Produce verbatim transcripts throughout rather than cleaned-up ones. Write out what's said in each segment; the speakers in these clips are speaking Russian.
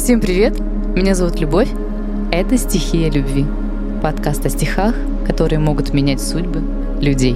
Всем привет! Меня зовут Любовь. Это «Стихия любви». Подкаст о стихах, которые могут менять судьбы людей.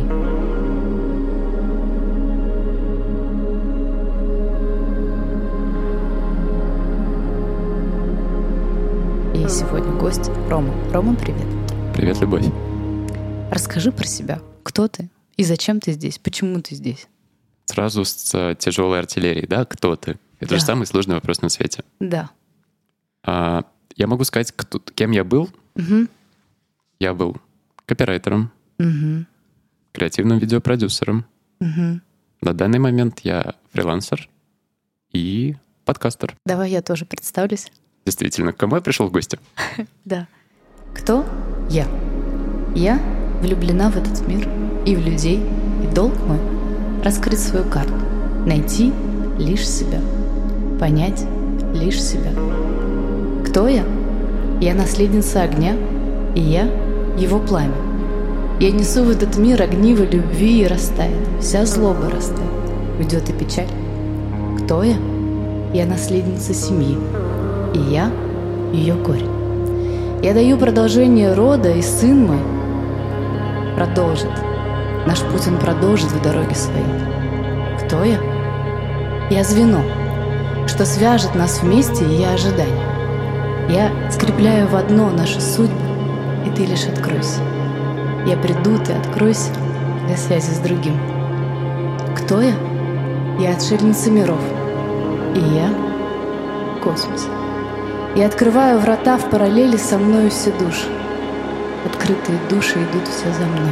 И сегодня гость Рома. Рома, привет. Привет, Любовь. Расскажи про себя. Кто ты и зачем ты здесь? Почему ты здесь? Сразу с тяжелой артиллерией, да? Кто ты? Это Да. же самый сложный вопрос на свете. Да. А, я могу сказать, кто, кем я был. Угу. Я был копирайтером, Угу. креативным видеопродюсером. Угу. На данный момент я фрилансер и подкастер. Давай я тоже представлюсь. Действительно, к кому я пришел в гости? Да. Кто я? Я влюблена в этот мир и в людей, и долг мой — раскрыть свою карту, найти лишь себя, понять лишь себя. Кто я? Я наследница огня, и я его пламя. Я несу в этот мир огниво любви, и растает, вся злоба растает, уйдет и печаль. Кто я? Я наследница семьи, и я ее корень. Я даю продолжение рода, и сын мой продолжит. Наш путь он продолжит в дороге своей. Кто я? Я звено, что свяжет нас вместе, и я ожидание. Я скрепляю в одно наши судьбы, и ты лишь откройся. Я приду, ты откройся для связи с другим. Кто я? Я отшельница миров, и я космос. Я открываю врата в параллели со мною все души. Открытые души идут все за мной.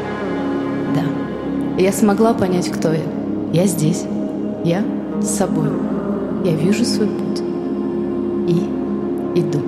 Да, я смогла понять, кто я. Я здесь. Я с собой. Я вижу свой путь. И иду.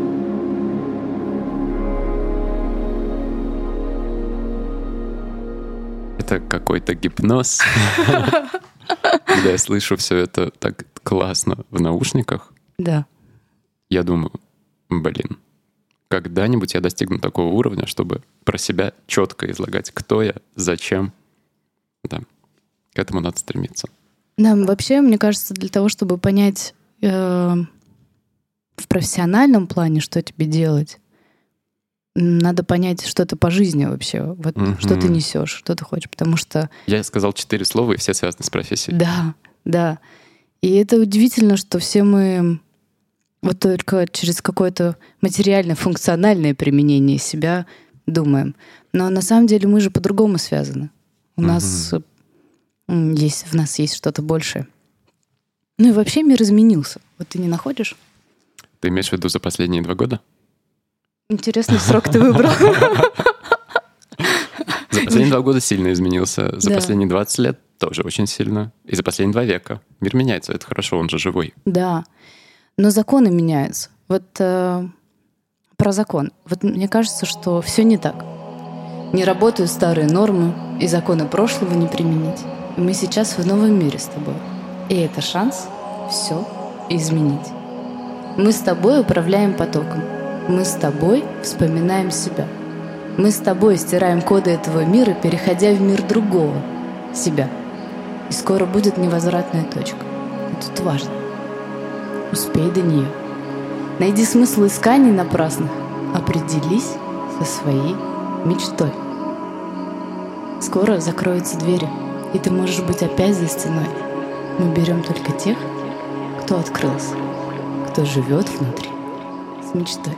Это какой-то гипноз. Когда я слышу все это так классно в наушниках, Да. я думаю, блин, когда-нибудь я достигну такого уровня, чтобы про себя четко излагать, кто я, зачем. Да, к этому надо стремиться. Да, вообще, мне кажется, для того, чтобы понять э, в профессиональном плане, что тебе делать, м, надо понять, что ты по жизни вообще, вот Мгм. что ты несешь, что ты хочешь, потому что Я сказал четыре слова, и все связаны с профессией. да, да. И это удивительно, что все мы вот только через какое-то материальное, функциональное применение себя думаем. Но на самом деле мы же по-другому связаны. У Мгм. нас м, есть, в нас есть что-то большее. Ну и вообще мир изменился. Вот ты не находишь? Ты имеешь в виду за последние два года? Интересный срок ты выбрал. За последние два года сильно изменился. За Да. последние двадцать лет тоже очень сильно. И за последние два века. Мир меняется, это хорошо, он же живой. Да. Но законы меняются. Вот э, про закон. Вот мне кажется, что все не так. Не работают старые нормы, и законы прошлого не применить. И мы сейчас в новом мире с тобой. И это шанс все изменить. Мы с тобой управляем потоком. Мы с тобой вспоминаем себя. Мы с тобой стираем коды этого мира, переходя в мир другого себя. И скоро будет невозвратная точка. И тут важно. Успей до нее. Найди смысл исканий напрасных. Определись со своей мечтой. Скоро закроются двери, и ты можешь быть опять за стеной. Мы берем только тех, кто открылся, кто живет внутри с мечтой.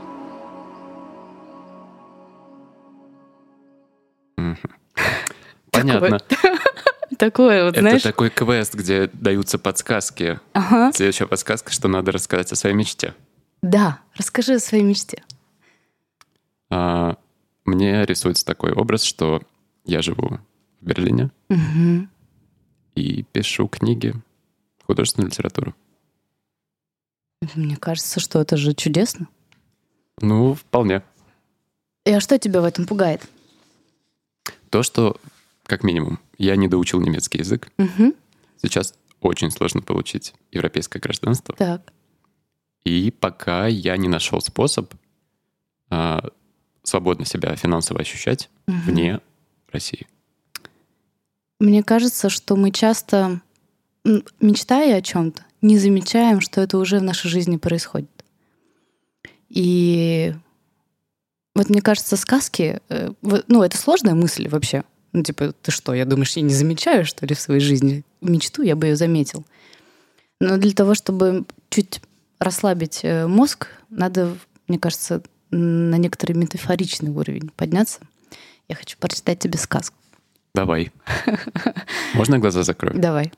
Мгм. Понятно. Такое вот, Это знаешь. такой квест, где даются подсказки. Ага. Следующая подсказка, что надо рассказать о своей мечте. Да, расскажи о своей мечте. А, Мне рисуется такой образ, что я живу в Берлине Угу. и пишу книги, художественную литературу. Мне кажется, что это же чудесно. Ну, вполне. И а что тебя в этом пугает? То, что, как минимум, я не доучил немецкий язык. Угу. Сейчас очень сложно получить европейское гражданство. Так. И пока я не нашел способ а, свободно себя финансово ощущать Мгм. вне России. Мне кажется, что мы часто, м, мечтая о чем-то, не замечаем, что это уже в нашей жизни происходит. И вот мне кажется, сказки, ну, это сложная мысль вообще. Ну, типа, ты что, я думаешь, я не замечаю, что ли, в своей жизни мечту, я бы ее заметил. Но для того, чтобы чуть расслабить мозг, надо, мне кажется, на некоторый метафоричный уровень подняться. Я хочу прочитать тебе сказку. Давай. Можно я глаза закрою? Давай.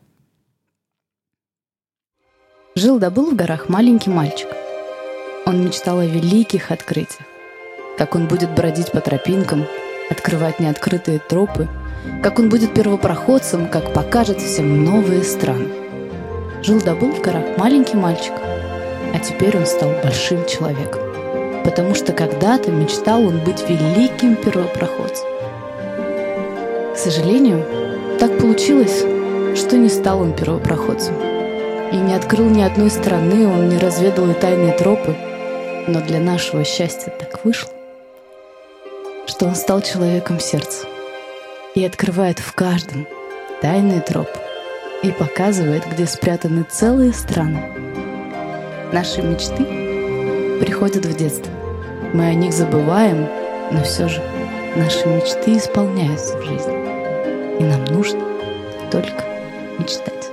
Жил-да был в горах маленький мальчик. Он мечтал о великих открытиях. Как он будет бродить по тропинкам, открывать неоткрытые тропы, как он будет первопроходцем, как покажет всем новые страны. Жил-да был в горах маленький мальчик, а теперь он стал большим человеком, потому что когда-то мечтал он быть великим первопроходцем. К сожалению, так получилось, что не стал он первопроходцем. И не открыл ни одной страны, он не разведал и тайные тропы. Но для нашего счастья так вышло, что он стал человеком сердца и открывает в каждом тайные тропы и показывает, где спрятаны целые страны. Наши мечты приходят в детство. Мы о них забываем, но все же наши мечты исполняются в жизни. И нам нужно только мечтать.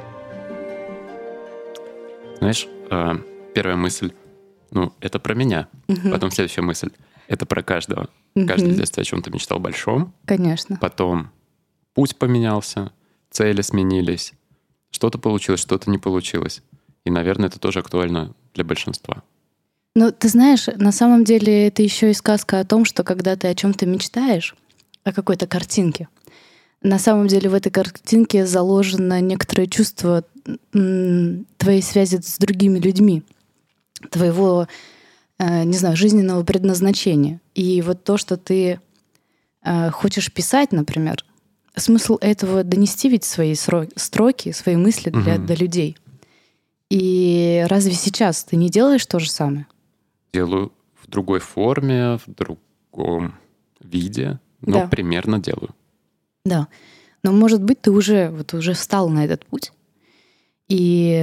Знаешь, первая мысль, ну, это про меня. Угу. Потом следующая мысль, это про каждого. Угу. Каждый в детстве о чем-то мечтал большом. Конечно. Потом путь поменялся, цели сменились. Что-то получилось, что-то не получилось. И, наверное, это тоже актуально для большинства. Ну, ты знаешь, на самом деле это еще и сказка о том, что когда ты о чем-то мечтаешь, о какой-то картинке, на самом деле в этой картинке заложено некоторое чувство твоей связи с другими людьми, твоего, не знаю, жизненного предназначения. И вот то, что ты хочешь писать, например, смысл этого — донести ведь свои строки, свои мысли для, угу. для людей. И разве сейчас ты не делаешь то же самое? Делаю в другой форме, в другом виде, но да. примерно делаю. Да. Но, может быть, ты уже, вот, уже встал на этот путь. И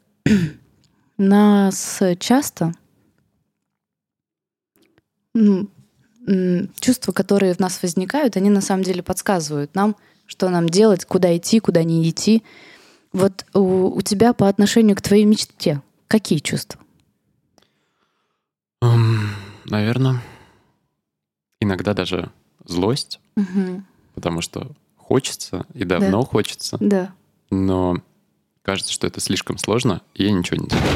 нас часто ну, чувства, которые в нас возникают, они на самом деле подсказывают нам, что нам делать, куда идти, куда не идти. Вот у, у тебя по отношению к твоей мечте какие чувства? Um, наверное, иногда даже злость, угу. потому что хочется, и давно да. хочется, да. но кажется, что это слишком сложно, и я ничего не делаю.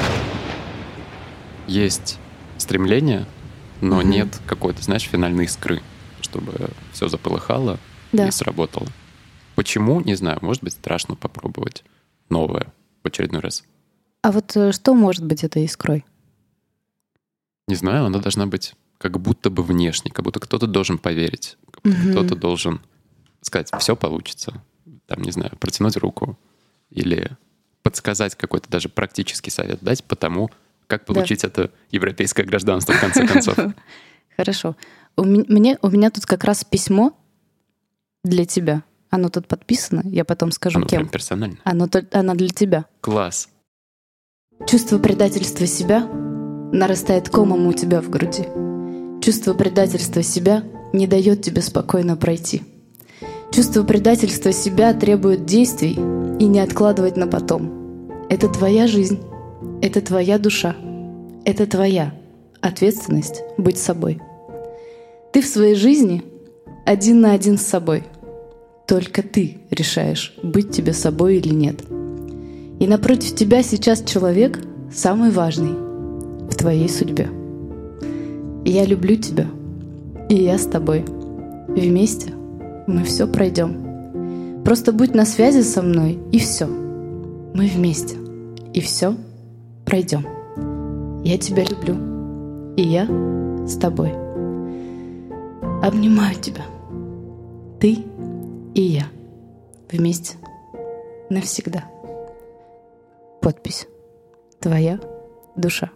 Есть стремление, но угу. нет какой-то, знаешь, финальной искры, чтобы все заполыхало да. и сработало. Почему? Не знаю. Может быть, страшно попробовать новое в очередной раз. А вот что может быть этой искрой? Не знаю, она должна быть как будто бы внешней, как будто кто-то должен поверить, как будто угу. кто-то должен сказать, все получится. Там, не знаю, протянуть руку или подсказать какой-то даже практический совет дать по тому, как получить да. это европейское гражданство в конце концов. Хорошо. У меня, у меня тут как раз письмо для тебя. Оно тут подписано, я потом скажу, оно кем. Прям персонально. Оно, оно для тебя. Класс. Чувство предательства себя нарастает комом у тебя в груди. Чувство предательства себя не дает тебе спокойно пройти. Чувство предательства себя требует действий и не откладывать на потом. Это твоя жизнь, это твоя душа, это твоя ответственность быть собой. Ты в своей жизни один на один с собой. Только ты решаешь, быть тебе собой или нет. И напротив тебя сейчас человек самый важный в твоей судьбе. Я люблю тебя, и я с тобой. Вместе мы все пройдем. Просто будь на связи со мной, и все. Мы вместе, и все пройдем. Я тебя люблю, и я с тобой. Обнимаю тебя. Ты и я. Вместе. Навсегда. Подпись. Твоя душа.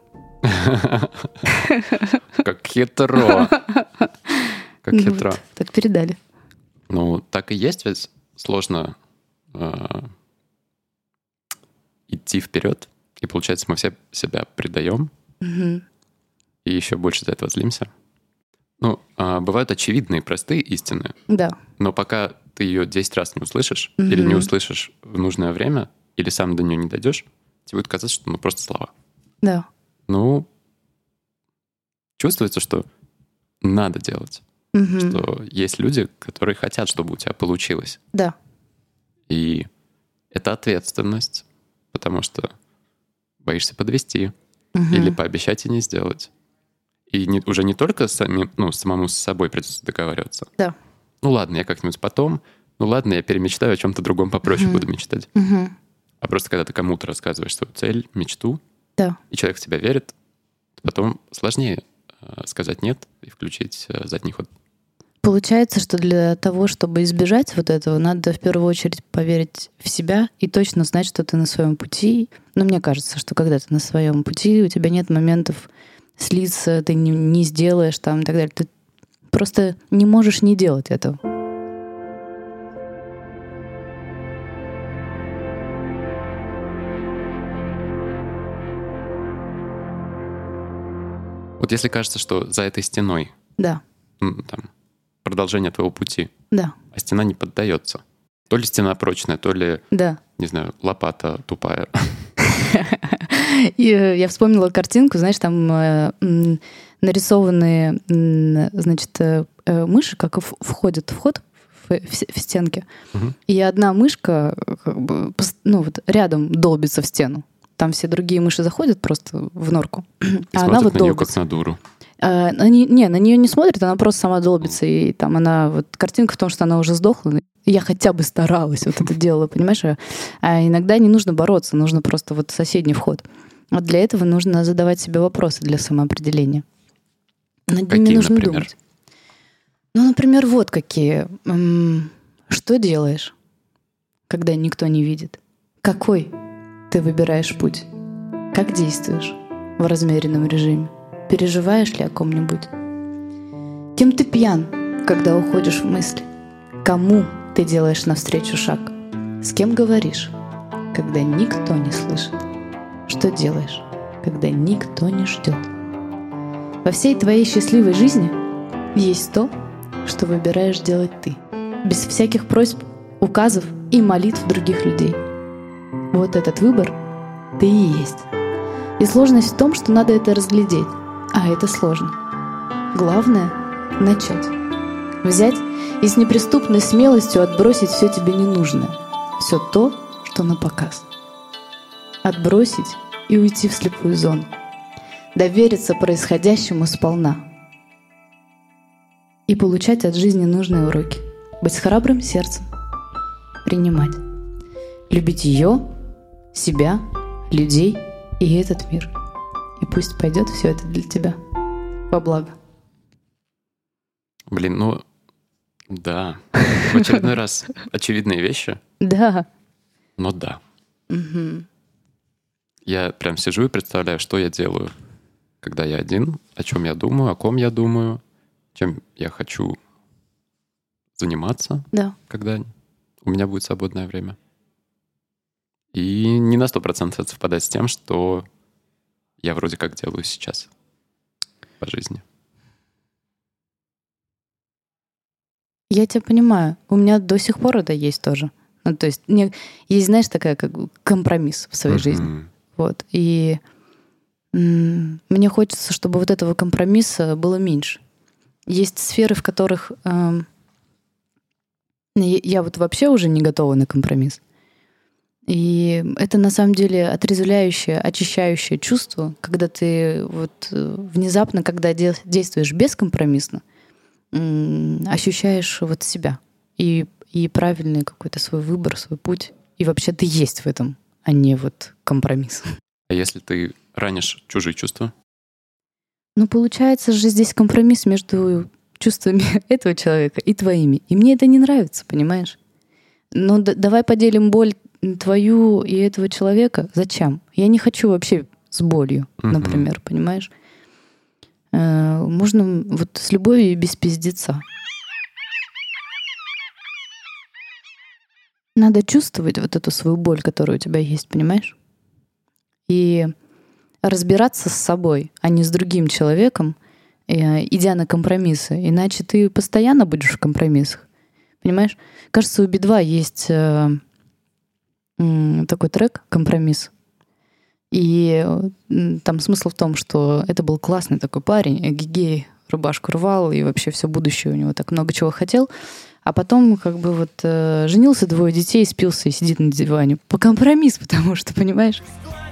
Как хитро. Как хитро. Так передали. Ну, так и есть, ведь сложно идти идти вперед, и получается, мы все себя предаем, Угу. и еще больше за этого злимся. Ну, а, бывают очевидные, простые истины, Да. но пока ты ее десять раз не услышишь, Мгм. или не услышишь в нужное время, или сам до нее не дойдешь, тебе будет казаться, что ну просто слова. Да. Ну, чувствуется, что надо делать. Угу. Что есть люди, которые хотят, чтобы у тебя получилось. Да. И это ответственность, потому что боишься подвести Угу. или пообещать и не сделать. И не, уже не только сами, ну, самому с собой придется договариваться. Да. Ну ладно, я как-нибудь потом, ну ладно, я перемечтаю, о чем-то другом попроще Мгм. буду мечтать. Угу. А просто когда ты кому-то рассказываешь свою цель, мечту, Да. и человек в тебя верит, потом сложнее э, сказать «нет» и включить э, задний ход. Получается, что для того, чтобы избежать вот этого, надо в первую очередь поверить в себя и точно знать, что ты на своем пути. Но мне кажется, что когда ты на своем пути, у тебя нет моментов слиться, ты не, не сделаешь там и так далее. Ты просто не можешь не делать этого. Вот если кажется, что за этой стеной Да, м, там, продолжение твоего пути, да, а стена не поддается, то ли стена прочная, то ли, да. не знаю, лопата тупая. И э, я вспомнила картинку, знаешь, там э, м, нарисованные, м, значит, э, э, мыши, как в- входят в ход в, в с- в стенке. Мгм. И одна мышка э, как бы, пос- ну, вот рядом долбится в стену. Там все другие мыши заходят просто в норку, И а она смотрит вот на нее как долбится. на дуру. А, на не, не, на нее не смотрит, она просто сама долбится. И там она, вот картинка в том, что она уже сдохла. И я хотя бы старалась, вот это делала, понимаешь? А, а иногда не нужно бороться, нужно просто вот соседний вход. Вот для этого нужно задавать себе вопросы для самоопределения. Над ними Какие, нужно например? думать. Ну, например, вот какие. М, Что делаешь, когда никто не видит? Какой ты выбираешь путь? Как действуешь в размеренном режиме? Переживаешь ли о ком-нибудь? Кем ты пьян, когда уходишь в мысли? Кому ты делаешь навстречу шаг? С кем говоришь, когда никто не слышит? Что делаешь, когда никто не ждет? Во всей твоей счастливой жизни есть то, что выбираешь делать ты, без всяких просьб, указов и молитв других людей. Вот этот выбор ты и есть. И сложность в том, что надо это разглядеть, а это сложно. Главное — начать. Взять и с неприступной смелостью отбросить все тебе ненужное, все то, что на показ. Отбросить и уйти в слепую зону. Довериться происходящему сполна. И получать от жизни нужные уроки. Быть с храбрым сердцем. Принимать. Любить ее, себя, людей и этот мир. И пусть пойдет все это для тебя во благо. Блин, ну да. В очередной раз очевидные вещи, Да. но да. Мгм. Я прям сижу и представляю, что я делаю, когда я один, о чем я думаю, о ком я думаю, чем я хочу заниматься, Да. когда у меня будет свободное время. И не на сто процентов это совпадает с тем, что я вроде как делаю сейчас по жизни. Я тебя понимаю. У меня до сих пор это есть тоже. Ну, то есть не- есть, знаешь, такая как бы компромисс в своей жизни. Мгм. Вот. И м, мне хочется, чтобы вот этого компромисса было меньше. Есть сферы, в которых эм, я я вот вообще уже не готова на компромисс. И это на самом деле отрезвляющее, очищающее чувство, когда ты вот э, внезапно, когда де- действуешь бескомпромиссно, м, ощущаешь вот себя и, и правильный какой-то свой выбор, свой путь. И вообще ты есть в этом, а не вот компромисс. А если ты ранишь чужие чувства? Ну, получается же здесь компромисс между чувствами этого человека и твоими. И мне это не нравится, понимаешь? Ну, д- давай поделим боль твою и этого человека. Зачем? Я не хочу вообще с болью, Мгм. например, понимаешь? Э, Можно вот с любовью и без пиздеца. Надо чувствовать вот эту свою боль, которая у тебя есть, понимаешь? И разбираться с собой, а не с другим человеком, идя на компромиссы. Иначе ты постоянно будешь в компромиссах. Понимаешь? Кажется, у Би два есть такой трек «Компромисс». И там смысл в том, что это был классный такой парень, эгегей, рубашку рвал, и вообще все будущее у него так много чего хотел. А потом как бы вот э, женился, двое детей, спился и сидит на диване. По компромисс, потому что, понимаешь?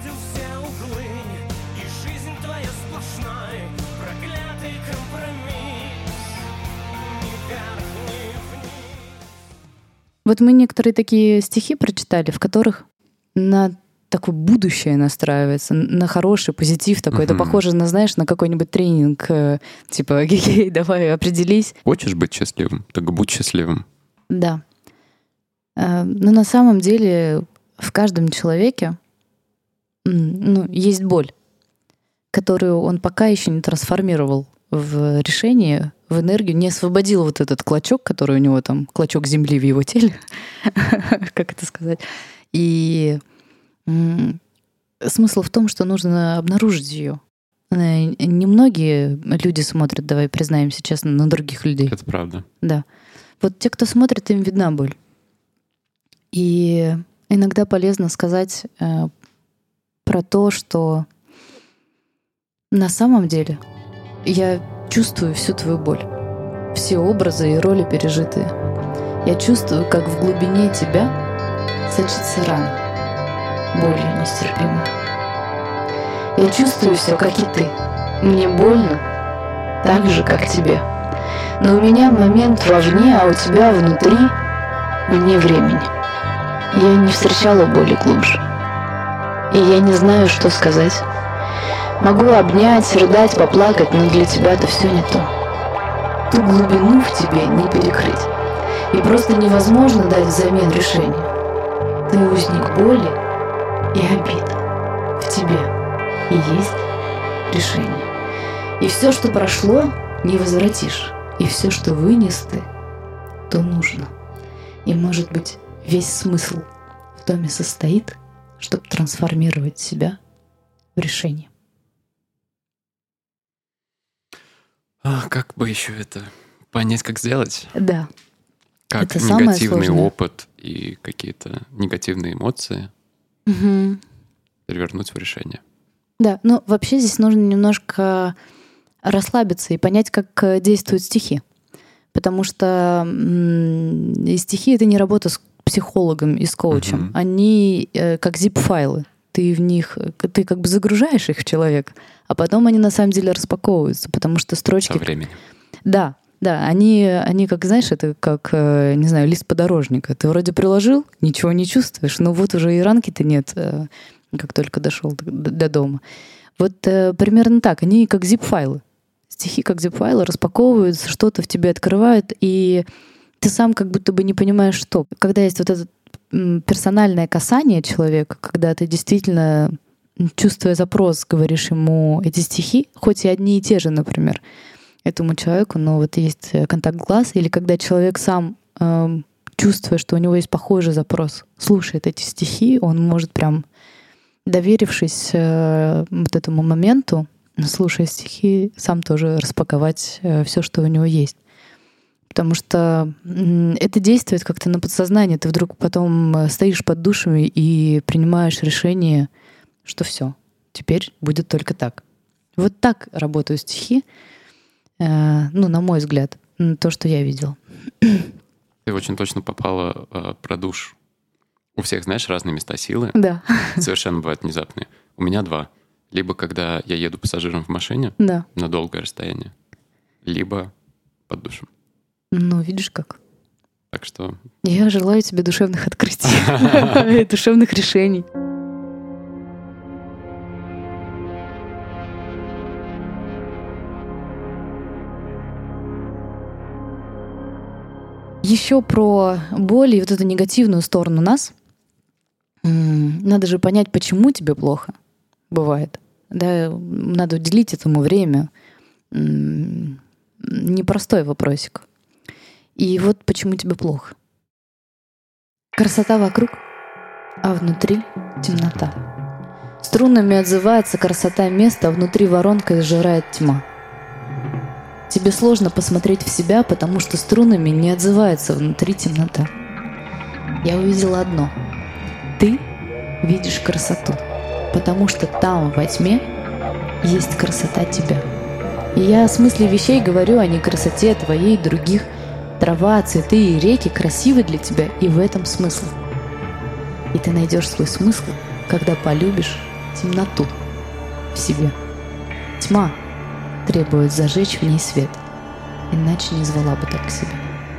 Вот мы некоторые такие стихи прочитали, в которых на такое будущее настраивается, на хороший позитив такой. Uh-huh. Это похоже, на, знаешь, на какой-нибудь тренинг, э, типа, гей, давай определись. Хочешь быть счастливым, так будь счастливым. Да. Э, но на самом деле в каждом человеке ну, есть боль, которую он пока еще не трансформировал в решение, в энергию, не освободил вот этот клочок, который у него там, клочок земли в его теле, как это сказать. И смысл в том, что нужно обнаружить ее. Немногие люди смотрят, давай признаемся честно, на других людей. Это правда. Да. Вот те, кто смотрит, им видна боль. И иногда полезно сказать э, про то, что на самом деле я чувствую всю твою боль, все образы и роли пережитые. Я чувствую, как в глубине тебя сочится рана, болью нестерпимой. Я чувствую все, как и ты. Мне больно, так же, как тебе. Но у меня момент вовне, а у тебя внутри вне времени. Я не встречала боли глубже. И я не знаю, что сказать. Могу обнять, рыдать, поплакать, но для тебя это все не то. Ту глубину в тебе не перекрыть. И просто невозможно дать взамен решение. Ты узник боли и обид. В тебе и есть решение. И все, что прошло, не возвратишь. И все, что вынес ты, то нужно. И, может быть, весь смысл в том и состоит, чтобы трансформировать себя в решение. А как бы еще это понять, как сделать? Да. Как это негативный опыт и какие-то негативные эмоции угу. перевернуть в решение. Да, ну вообще здесь нужно немножко расслабиться и понять, как действуют стихи. Потому что м- стихи — это не работа с психологом и с коучем. Uh-huh. Они э, как zip-файлы. Ты в них, ты как бы загружаешь их в человека, а потом они на самом деле распаковываются, потому что строчки... Со временем. Да, да, они, они как, знаешь, это как, не знаю, лист подорожника. Ты вроде приложил, ничего не чувствуешь, но вот уже и ранки-то нет, как только дошел до, до дома. Вот примерно так. Они как zip-файлы. Стихи как zip-файлы распаковываются, что-то в тебе открывают, и ты сам как будто бы не понимаешь, что. Когда есть вот этот персональное касание человека, когда ты действительно, чувствуя запрос, говоришь ему эти стихи, хоть и одни и те же, например, этому человеку, но вот есть контакт глаз, или когда человек сам, э, чувствуя, что у него есть похожий запрос, слушает эти стихи, он может прям, доверившись э, вот этому моменту, слушая стихи, сам тоже распаковать э, все, что у него есть. Потому что это действует как-то на подсознание. Ты вдруг потом стоишь под душами и принимаешь решение, что все, теперь будет только так. Вот так работают стихи, ну, на мой взгляд, то, что я видела. Ты очень точно попала э, про душ. У всех, знаешь, разные места силы. Да. Совершенно бывают внезапные. У меня два. Либо когда я еду пассажиром в машине да. на долгое расстояние, либо под душем. Ну, видишь как. Так что... Я желаю тебе душевных открытий, душевных решений. Еще про боль и вот эту негативную сторону нас. Надо же понять, почему тебе плохо бывает. Да, надо уделить этому время. Непростой вопросик. И вот почему тебе плохо. Красота вокруг, а внутри темнота. Струнами отзывается красота места, а внутри воронкой сжирает тьма. Тебе сложно посмотреть в себя, потому что струнами не отзывается внутри темнота. Я увидела одно. Ты видишь красоту, потому что там, во тьме, есть красота тебя. И я о смысле вещей говорю, а не красоте твоей, других. Трава, цветы и реки красивы для тебя, и в этом смысл. И ты найдешь свой смысл, когда полюбишь темноту в себе. Тьма требует зажечь в ней свет, иначе не звала бы так к себе.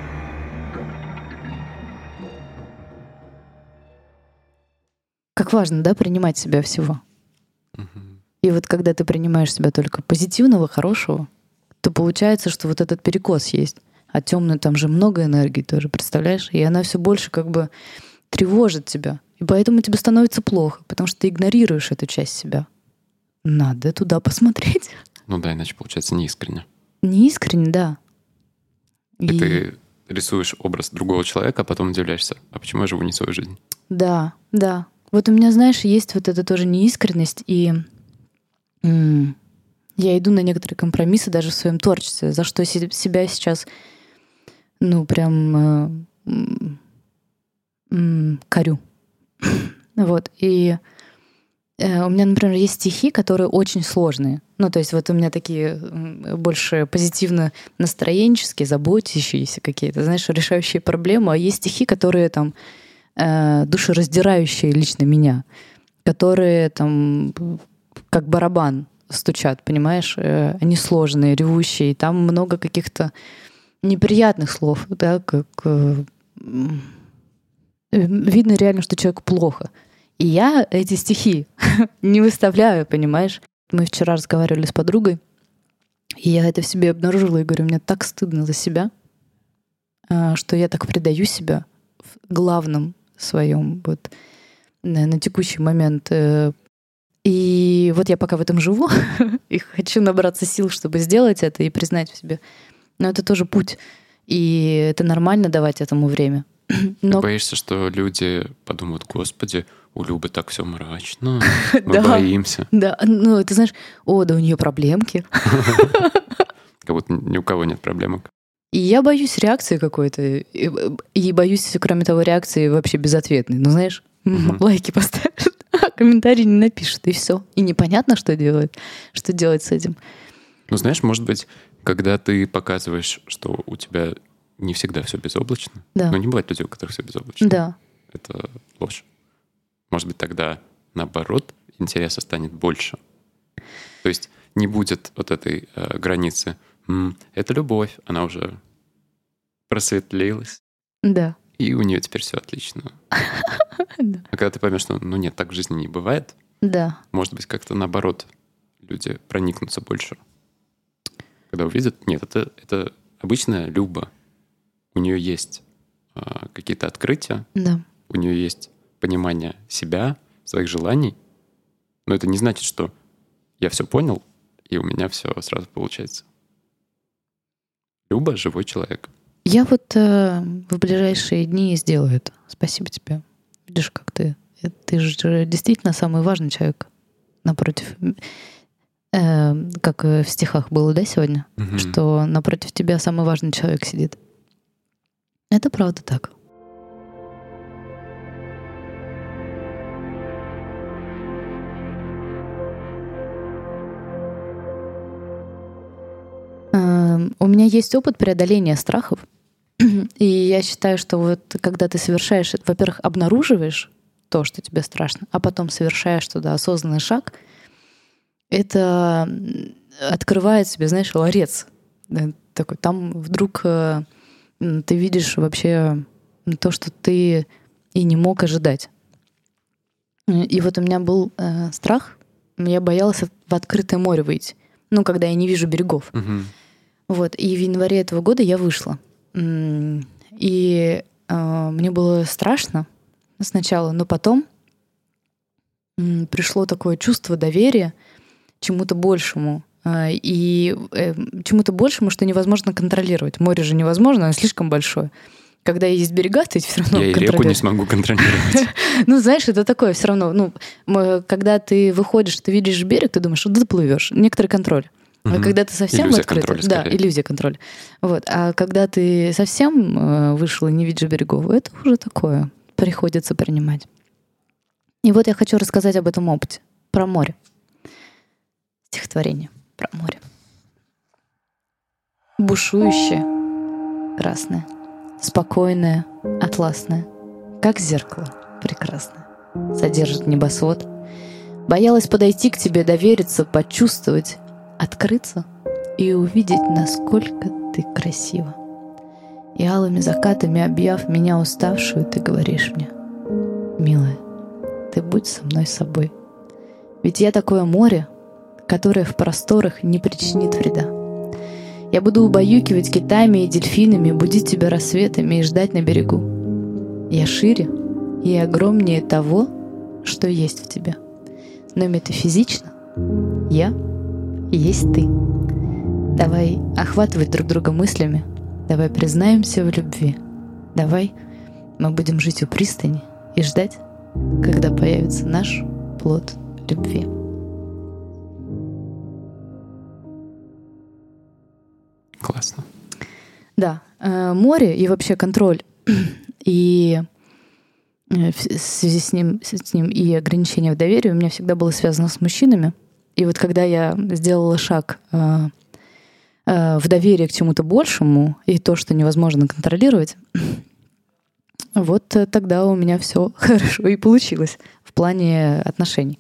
Как важно, да, принимать себя всего. Угу. И вот когда ты принимаешь себя только позитивного, хорошего, то получается, что вот этот перекос есть. А темную там же много энергии тоже, представляешь? И она все больше как бы тревожит тебя. И поэтому тебе становится плохо, потому что ты игнорируешь эту часть себя. Надо туда посмотреть. Ну да, иначе получается неискренне. Неискренне, да. И, И ты рисуешь образ другого человека, а потом удивляешься, а почему я живу не свою жизнь? Да, да. Вот у меня, знаешь, есть вот эта тоже неискренность, и м- я иду на некоторые компромиссы даже в своем творчестве, за что себя сейчас, ну, прям э- м- корю. Вот. И э- у меня, например, есть стихи, которые очень сложные. Ну, то есть вот у меня такие больше позитивно настроенческие, заботящиеся какие-то, знаешь, решающие проблемы. А есть стихи, которые там э- душераздирающие лично меня, которые там как барабан стучат, понимаешь? Э- они сложные, ревущие. И там много каких-то неприятных слов, да, как... Э- видно реально, что человеку плохо. И я эти стихи не выставляю, понимаешь? Мы вчера разговаривали с подругой, и я это в себе обнаружила, и говорю, мне так стыдно за себя, что я так предаю себя в главном своем вот на текущий момент. И вот я пока в этом живу, и хочу набраться сил, чтобы сделать это и признать в себе. Но это тоже путь. И это нормально давать этому время. Но... Ты боишься, что люди подумают, господи, у Любы так все мрачно, мы да, боимся. Да, ну ты знаешь, о, да у нее проблемки. Как будто ни у кого нет проблемок. И я боюсь реакции какой-то. И, и боюсь, кроме того, реакции вообще безответной. Ну знаешь, mm-hmm. лайки поставят, а комментарий не напишут, и все. И непонятно, что делать, что делать с этим. Ну знаешь, может быть, когда ты показываешь, что у тебя не всегда все безоблачно. Да. Но не бывает людей, у которых все безоблачно. Да. Это ложь. Может быть, тогда, наоборот, интереса станет больше. То есть не будет вот этой э, границы. М-м, это любовь, она уже просветлилась. Да. И у нее теперь все отлично. А когда ты поймешь, что ну нет, так в жизни не бывает, да. может быть, как-то наоборот люди проникнутся больше. Когда увидят, нет, это, это обычная Люба. У нее есть э, какие-то открытия, да. у нее есть понимание себя, своих желаний, но это не значит, что я все понял, и у меня все сразу получается. Люба — живой человек. Я вот э, в ближайшие дни сделаю это. Спасибо тебе. Видишь, как ты... Ты же действительно самый важный человек напротив... Э, как в стихах было, да, сегодня? Угу. Что напротив тебя самый важный человек сидит. Это правда так. У меня есть опыт преодоления страхов. И я считаю, что вот когда ты совершаешь, во-первых, обнаруживаешь то, что тебе страшно, а потом совершаешь туда осознанный шаг, это открывает себе, знаешь, ларец. Такой, там вдруг ты видишь вообще то, что ты и не мог ожидать. И вот у меня был э, страх, я боялась в открытое море выйти. Ну, когда я не вижу берегов. Угу. Вот. И в январе этого года я вышла. И э, мне было страшно сначала, но потом э, пришло такое чувство доверия чему-то большему. Э, и э, чему-то большему, что невозможно контролировать. Море же невозможно, оно слишком большое. Когда есть берега, ты все равно Я и реку не смогу контролировать. Ну, знаешь, это такое все равно. Ну, когда ты выходишь, ты видишь берег, ты думаешь, да ты плывешь. Некоторый контроль. А угу. когда ты совсем иллюзия открыт, контроля, да, скорее. иллюзия контроля. Вот. А когда ты совсем э, вышел и не видишь берегов, это уже такое приходится принимать. И вот я хочу рассказать об этом опыте. Про море. Стихотворение про море. Бушующее, красное, спокойное, атласное, как зеркало прекрасное, содержит небосвод. Боялась подойти к тебе, довериться, почувствовать, открыться и увидеть, насколько ты красива. И алыми закатами, объяв меня уставшую, ты говоришь мне: милая, ты будь со мной собой. Ведь я такое море, которое в просторах не причинит вреда. Я буду убаюкивать китами и дельфинами, будить тебя рассветами и ждать на берегу. Я шире и огромнее того, что есть в тебе. Но метафизично я есть ты. Давай охватывать друг друга мыслями. Давай признаемся в любви. Давай мы будем жить у пристани и ждать, когда появится наш плод любви. Классно. Да, море и вообще контроль и в связи с ним, с ним и ограничение в доверии у меня всегда было связано с мужчинами. И вот когда я сделала шаг э, э, в доверие к чему-то большему и то, что невозможно контролировать, вот тогда у меня все хорошо и получилось в плане отношений.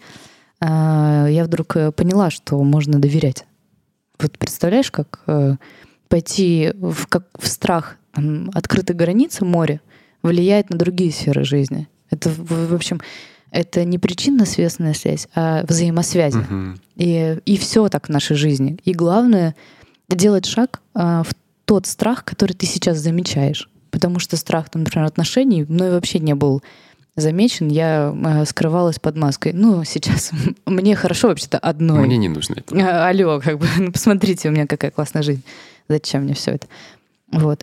Э, я вдруг поняла, что можно доверять. Вот представляешь, как э, пойти в, как в страх там, открытой границы моря влияет на другие сферы жизни. Это, в общем, это не причинно-следственная связь, а взаимосвязи. Uh-huh. И, и все так в нашей жизни. И главное — делать шаг а, в тот страх, который ты сейчас замечаешь. Потому что страх, там, например, отношений мной вообще не был замечен. Я а, скрывалась под маской. Ну, сейчас мне хорошо вообще-то одной. Мне не нужно это. А, алло, как бы, ну, посмотрите, у меня какая классная жизнь. Зачем мне все это? Вот.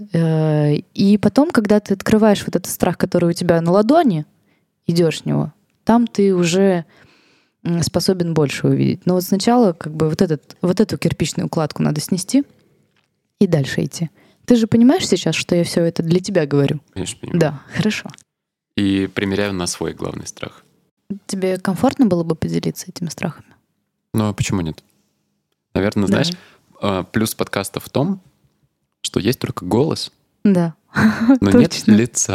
И потом, когда ты открываешь вот этот страх, который у тебя на ладони, идешь в него, там ты уже способен больше увидеть. Но вот сначала как бы вот, этот, вот эту кирпичную укладку надо снести и дальше идти. Ты же понимаешь сейчас, что я все это для тебя говорю? Конечно, понимаю. Да, хорошо. И примеряю на свой главный страх. Тебе комфортно было бы поделиться этими страхами? Ну, а почему нет? Наверное, знаешь, да. Плюс подкаста в том, что есть только голос, да. но нет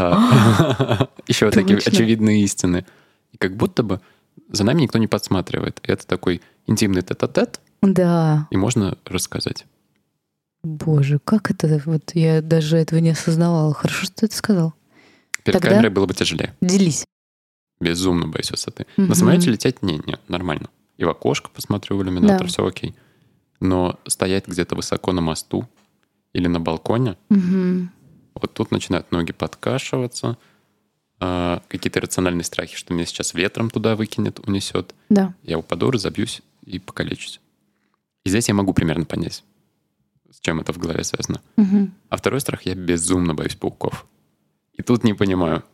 лица. Еще такие очевидные истины. И как будто бы за нами никто не подсматривает. И это такой интимный тет-а-тет. Да. И можно рассказать. Боже, как это? Вот я даже этого не осознавала. Хорошо, что ты это сказал. Перед Тогда камерой было бы тяжелее. Делись. Безумно боюсь высоты. Угу. На самолете лететь не, не, нормально. И в окошко посмотрю в иллюминатор, да. Все окей. Но стоять где-то высоко на мосту или на балконе, угу. вот тут начинают ноги подкашиваться, э, какие-то рациональные страхи, что меня сейчас ветром туда выкинет, унесет. Да. Я упаду, разобьюсь и покалечусь. И здесь я могу примерно понять, с чем это в голове связано. Угу. А второй страх — я безумно боюсь пауков. И тут не понимаю.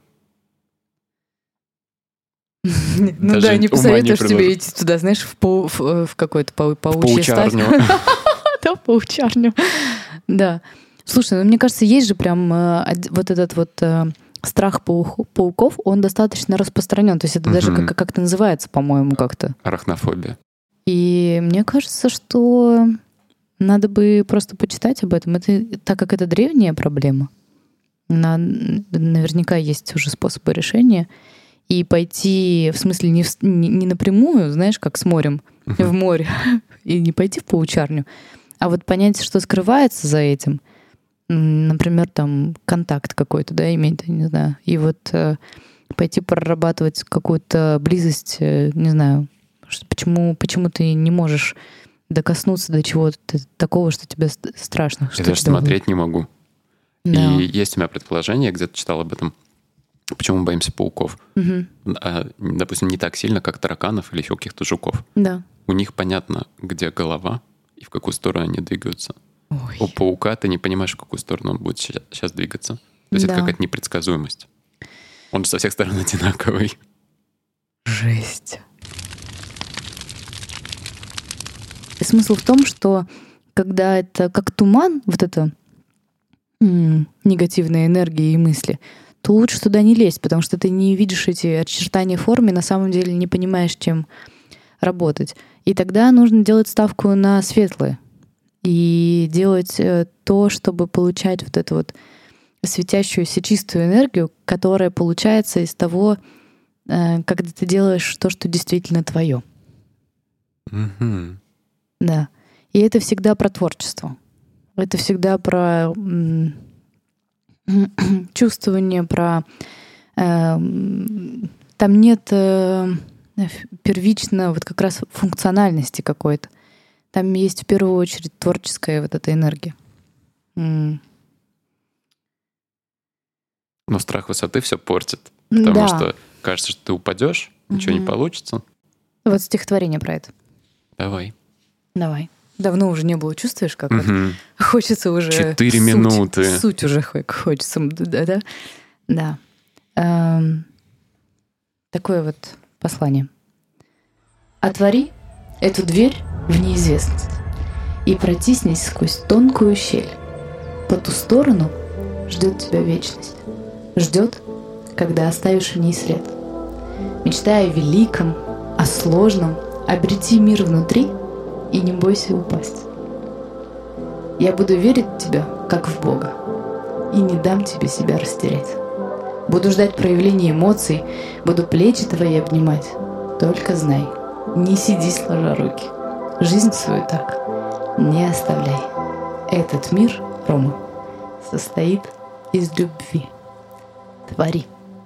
Ну да, не посоветуешь тебе идти туда, знаешь, в какое-то паучье стадио. Да, в паучарню. Да. Слушай, ну мне кажется, есть же прям э, вот этот вот э, страх паух, пауков, он достаточно распространен. То есть это mm-hmm. даже как- как-то называется, по-моему, как-то. Арахнофобия. И мне кажется, что надо бы просто почитать об этом. Это, так как это древняя проблема, на, наверняка есть уже способы решения. И пойти, в смысле, не, в, не, не напрямую, знаешь, как с морем, mm-hmm. в море, и не пойти в паучарню, а вот понять, что скрывается за этим. Например, там контакт какой-то, да, иметь, не знаю. И вот э, пойти прорабатывать какую-то близость, э, не знаю, что, почему, почему ты не можешь докоснуться до чего-то такого, что тебе страшно. Я даже смотреть не могу. Да. И есть у меня предположение, я где-то читал об этом, почему мы боимся пауков. Угу. А, допустим, не так сильно, как тараканов или еще каких-то жуков. Да. У них понятно, где голова и в какую сторону они двигаются. Ой. У паука ты не понимаешь, в какую сторону он будет сейчас двигаться. То есть Да. это какая-то непредсказуемость. Он же со всех сторон одинаковый. Жесть. И смысл в том, что когда это как туман, вот это м, негативные энергии и мысли, то лучше туда не лезть, потому что ты не видишь эти очертания в форме, на самом деле не понимаешь, чем работать. И тогда нужно делать ставку на светлое и делать э, то, чтобы получать вот эту вот светящуюся чистую энергию, которая получается из того, э, когда ты делаешь то, что действительно твое. Мгм. Да. И это всегда про творчество. Это всегда про м, чувствование, про... э, м, там нет э, первично вот как раз функциональности какой-то. Там есть в первую очередь творческая вот эта энергия. М. Но страх высоты все портит. Потому Да. что кажется, что ты упадешь, ничего не Мгм. получится. Вот стихотворение про это. Давай. Давай. Давно уже не было, чувствуешь, как вот Мгм. хочется уже... Четыре суть, минуты. Суть уже хо- хочется. Да, да. Да. Эм, Такое вот послание. Отвори эту дверь в неизвестность и протиснись сквозь тонкую щель. По ту сторону ждет тебя вечность. Ждет, когда оставишь в ней след. Мечтай о великом, о сложном, обрети мир внутри и не бойся упасть. Я буду верить в тебя, как в Бога, и не дам тебе себя растерять. Буду ждать проявления эмоций, буду плечи твои обнимать. Только знай, не сиди сложа руки. Жизнь свою так не оставляй. Этот мир, Рома, состоит из любви. Твори.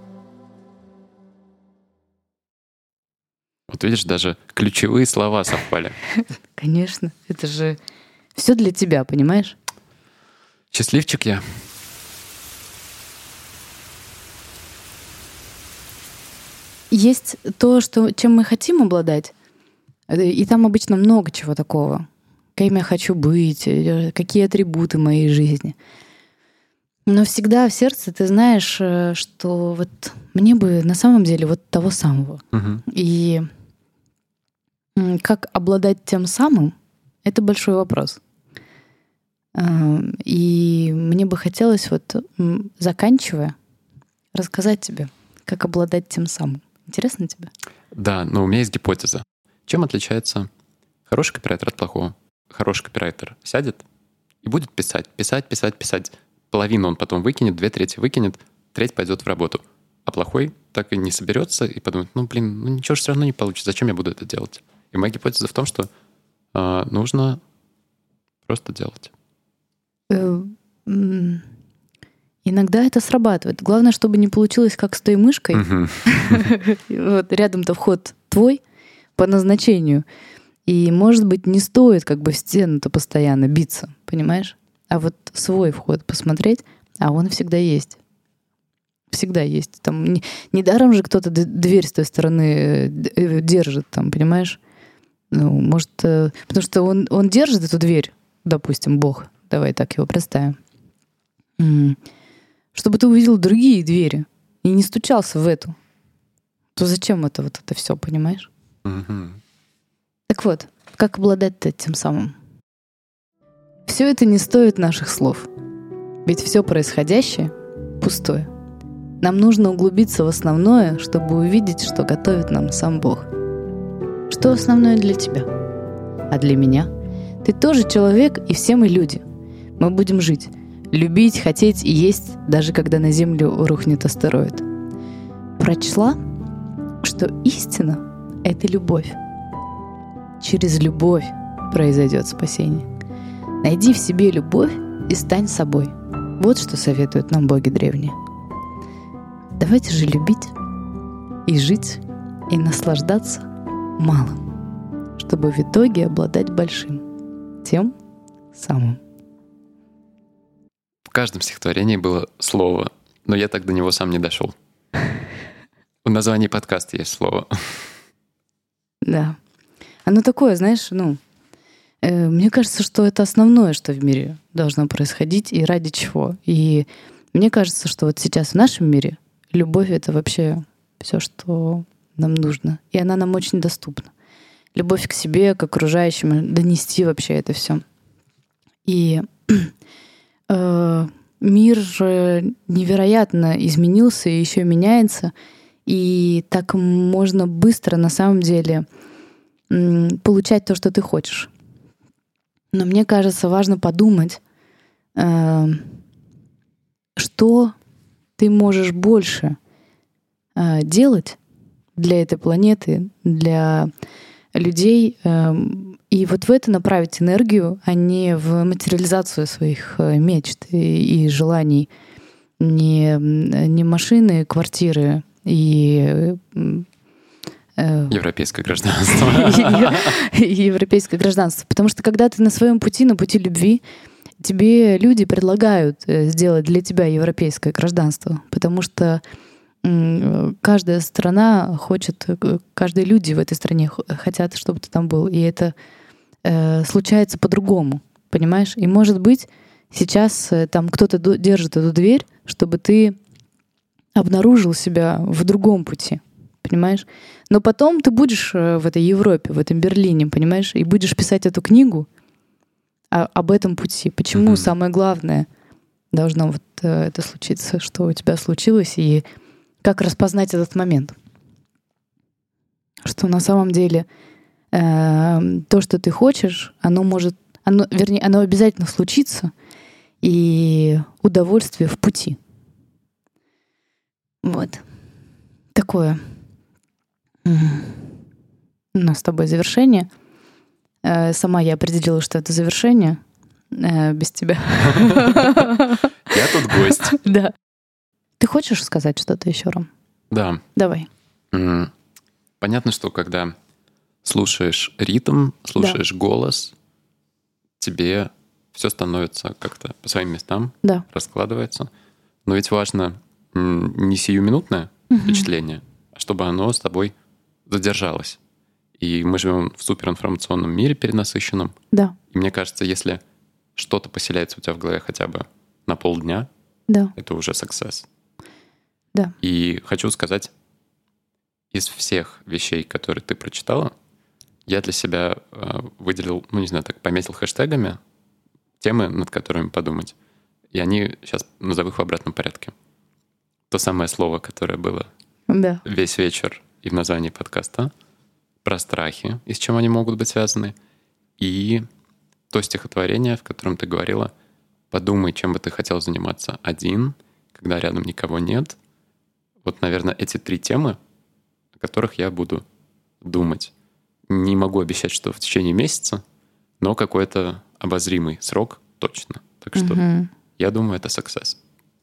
Вот видишь, даже ключевые слова совпали. Конечно, это же все для тебя, понимаешь? Счастливчик я. Есть то, что, чем мы хотим обладать, и там обычно много чего такого. Кем я хочу быть, э, какие атрибуты моей жизни. Но всегда в сердце ты знаешь, э, что вот мне бы на самом деле вот того самого. Мгм. И м, как обладать тем самым, это большой вопрос. Эм, И мне бы хотелось, вот м, заканчивая, рассказать тебе, как обладать тем самым. Интересно тебе? Да, но у меня есть гипотеза. Чем отличается хороший копирайтер от плохого? Хороший копирайтер сядет и будет писать, писать, писать, писать. Половину он потом выкинет, две трети выкинет, треть пойдет в работу. А плохой так и не соберется и подумает, ну, блин, ну ничего же все равно не получится, зачем я буду это делать? И моя гипотеза в том, что э, нужно просто делать. Э, м, Иногда это срабатывает. Главное, чтобы не получилось как с той мышкой. Мгм. Вот рядом-то вход твой по назначению. И, может быть, не стоит как бы в стену-то постоянно биться, понимаешь? А вот свой вход посмотреть, а он всегда есть. Всегда есть. Там не- недаром же кто-то д- дверь с той стороны э, д- э, держит, там, понимаешь? Ну, может, э, потому что он, он держит эту дверь, допустим, Бог. Давай так его представим. М. Чтобы ты увидел другие двери и не стучался в эту. То зачем это вот это все, понимаешь? Мгм. Так вот, как обладать-то тем самым? Все это не стоит наших слов. Ведь все происходящее пустое. Нам нужно углубиться в основное, чтобы увидеть, что готовит нам сам Бог. Что основное для тебя? А для меня? Ты тоже человек, и все мы люди. Мы будем жить, любить, хотеть и есть, даже когда на Землю рухнет астероид. Прочла, что истина — это любовь. Через любовь произойдет спасение. Найди в себе любовь и стань собой. Вот что советуют нам боги древние. Давайте же любить и жить, и наслаждаться малым, чтобы в итоге обладать большим, тем самым. В каждом стихотворении было слово, но я так до него сам не дошел. В названии подкаста есть слово. Да. Оно такое, знаешь, ну, э, мне кажется, что это основное, что в мире должно происходить и ради чего. И Мне кажется, что вот сейчас в нашем мире любовь — это вообще все, что нам нужно. И она нам очень доступна. Любовь к себе, к окружающим, донести вообще это все. И э, мир же невероятно изменился и еще меняется. И так можно быстро, на самом деле, получать то, что ты хочешь. Но мне кажется, важно подумать, э, что ты можешь больше э, делать для этой планеты, для людей, э, и вот в это направить энергию, а не в материализацию своих мечт и, и желаний. Не, не машины, квартиры и европейское гражданство. Европейское гражданство. Потому что когда ты на своем пути, на пути любви, тебе люди предлагают сделать для тебя европейское гражданство. Потому что каждая страна хочет, каждые люди в этой стране хотят, чтобы ты там был. И это э, случается по-другому, понимаешь? И, может быть, сейчас там кто-то держит эту дверь, чтобы ты обнаружил себя в другом пути, понимаешь? Но потом ты будешь в этой Европе, в этом Берлине, понимаешь? И будешь писать эту книгу о, об этом пути. Почему mm-hmm. самое главное должно вот э, это случиться, что у тебя случилось, и как распознать этот момент. Что на самом деле э, то, что ты хочешь, оно может, оно, вернее, оно обязательно случится, и удовольствие в пути. Вот. Такое у нас с тобой завершение. Э, сама я определила, что это завершение э, без тебя. Я тут гость. Да. Ты хочешь сказать что-то еще, Ром? Да. Давай. Понятно, что когда слушаешь ритм, слушаешь да. голос, тебе все становится как-то по своим местам, да. раскладывается. Но ведь важно не сиюминутное угу. впечатление, а чтобы оно с тобой задержалось. И мы живем в суперинформационном мире перенасыщенном. Да. И мне кажется, если что-то поселяется у тебя в голове хотя бы на полдня, да. это уже success. Да. И хочу сказать, из всех вещей, которые ты прочитала, я для себя э, выделил, ну не знаю, так пометил хэштегами темы, над которыми подумать. И они, сейчас назову их в обратном порядке. То самое слово, которое было да. весь вечер и в названии подкаста, про страхи, и с чем они могут быть связаны, и то стихотворение, в котором ты говорила, подумай, чем бы ты хотел заниматься один, когда рядом никого нет. Вот, наверное, эти три темы, о которых я буду думать. Не могу обещать, что в течение месяца, но какой-то обозримый срок точно. Так что угу. я думаю, это success.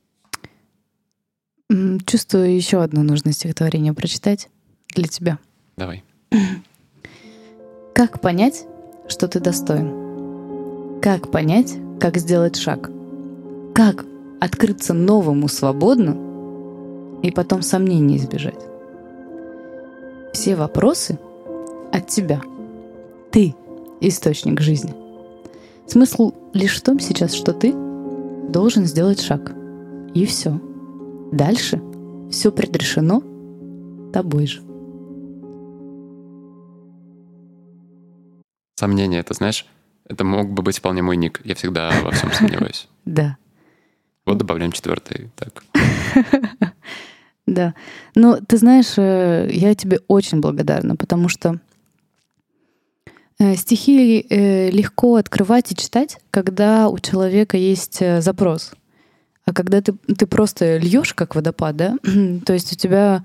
Чувствую, еще одно нужное стихотворение прочитать для тебя. Давай. Как понять, что ты достоин? Как понять, как сделать шаг? Как открыться новому свободно и потом сомнений избежать? Все вопросы от тебя. Ты — источник жизни. Смысл лишь в том сейчас, что ты должен сделать шаг. И все. Дальше все предрешено тобой же. Сомнение, это, знаешь, это мог бы быть вполне мой ник. Я всегда во всем сомневаюсь. Да. Вот добавляем четвертый. Так. Да. Ну, ты знаешь, я тебе очень благодарна, потому что стихи легко открывать и читать, когда у человека есть запрос. А когда ты, ты просто льешь, как водопад, да, то есть у тебя...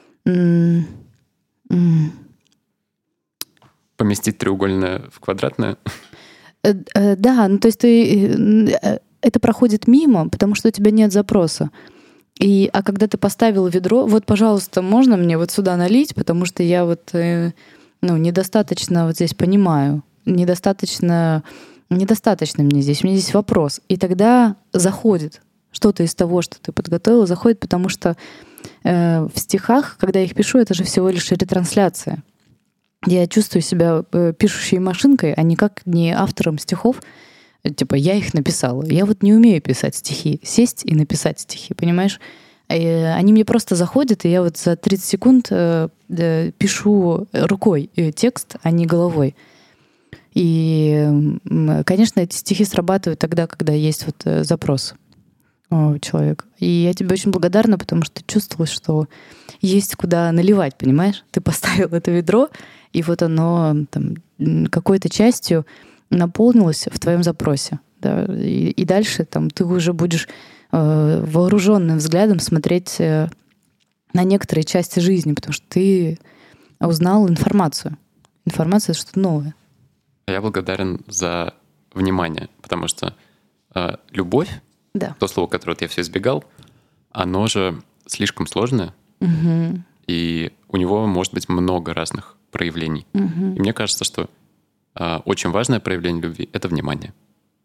Поместить треугольное в квадратное? Да, ну то есть ты... это проходит мимо, потому что у тебя нет запроса. И, а когда ты поставил ведро, вот, пожалуйста, можно мне вот сюда налить, потому что я вот ну, недостаточно вот здесь понимаю, недостаточно, недостаточно мне здесь, у меня здесь вопрос. И тогда заходит что-то из того, что ты подготовил, заходит, потому что э, в стихах, когда я их пишу, это же всего лишь ретрансляция. Я чувствую себя пишущей машинкой, а никак не автором стихов, Типа, я их написала. Я вот не умею писать стихи. Сесть и написать стихи, понимаешь? И они мне просто заходят, и я вот за тридцать секунд э, э, пишу рукой текст, а не головой. И, конечно, эти стихи срабатывают тогда, когда есть вот запрос у человека. И я тебе очень благодарна, потому что чувствовала, что есть куда наливать, понимаешь? Ты поставил это ведро, и вот оно там какой-то частью наполнилось в твоем запросе. Да? И, и дальше там, ты уже будешь э, вооруженным взглядом смотреть э, на некоторые части жизни, потому что ты узнал информацию. Информация — это что-то новое. Я благодарен за внимание, потому что э, любовь, да. то слово, которое вот я все избегал, оно же слишком сложное, угу. и у него может быть много разных проявлений. Угу. И мне кажется, что э, очень важное проявление любви — это внимание.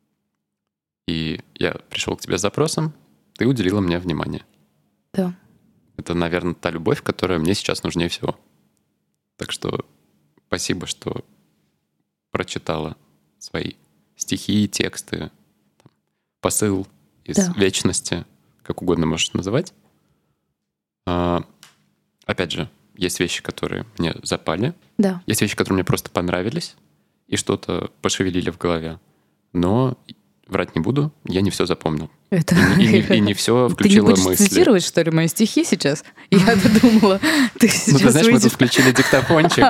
И я пришел к тебе с запросом, ты уделила мне внимание. Да. Это, наверное, та любовь, которая мне сейчас нужнее всего. Так что спасибо, что прочитала свои стихи, тексты, посыл из да. вечности, как угодно можешь называть. А, опять же, есть вещи, которые мне запали. Да. Есть вещи, которые мне просто понравились и что-то пошевелили в голове. Но врать не буду, я не все запомнил. Это... И, и, и, и не все включило мысли. Ты не будешь цитировать, что ли, мои стихи сейчас? Я-то думала, ты сейчас Ну, ты знаешь, выйдешь... мы тут включили диктофончик.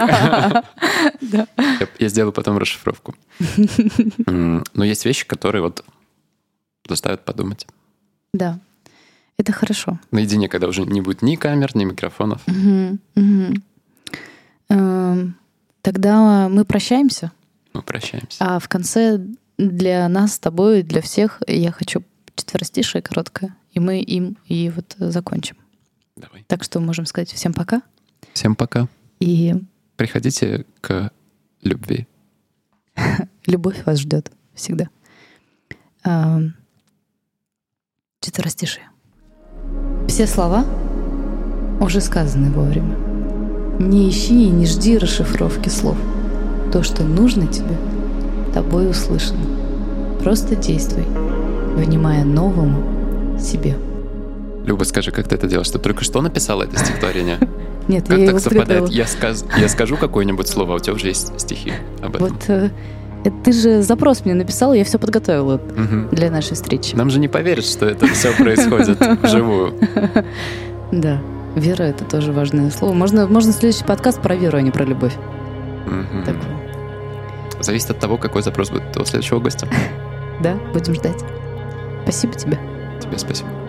Я сделаю потом расшифровку. Но есть вещи, которые вот заставят подумать. Да, это хорошо. Наедине, когда уже не будет ни камер, ни микрофонов. Тогда мы прощаемся. Мы прощаемся. А в конце для нас с тобой, для всех, я хочу четверостишее короткое, и мы им и вот закончим. Давай. Так что можем сказать всем пока. Всем пока. И приходите к любви. Любовь вас ждет всегда. Четверостишие. Все слова уже сказаны вовремя. Не ищи и не жди расшифровки слов. То, что нужно тебе, тобой услышано. Просто действуй, внимая новому себе. Люба, скажи, как ты это делаешь? Ты только что написала это стихотворение? Нет, как я так его совпадает? Я, сказ... я скажу какое-нибудь слово, а у тебя уже есть стихи об этом. Вот э, ты же запрос мне написала, я все подготовила угу. для нашей встречи. Нам же не поверят, что это все происходит вживую. Да, вера — это тоже важное слово. Можно, можно следующий подкаст про веру, а не про любовь. Угу. Так. Зависит от того, какой запрос будет у следующего гостя. Да, будем ждать. Спасибо тебе. Тебе спасибо.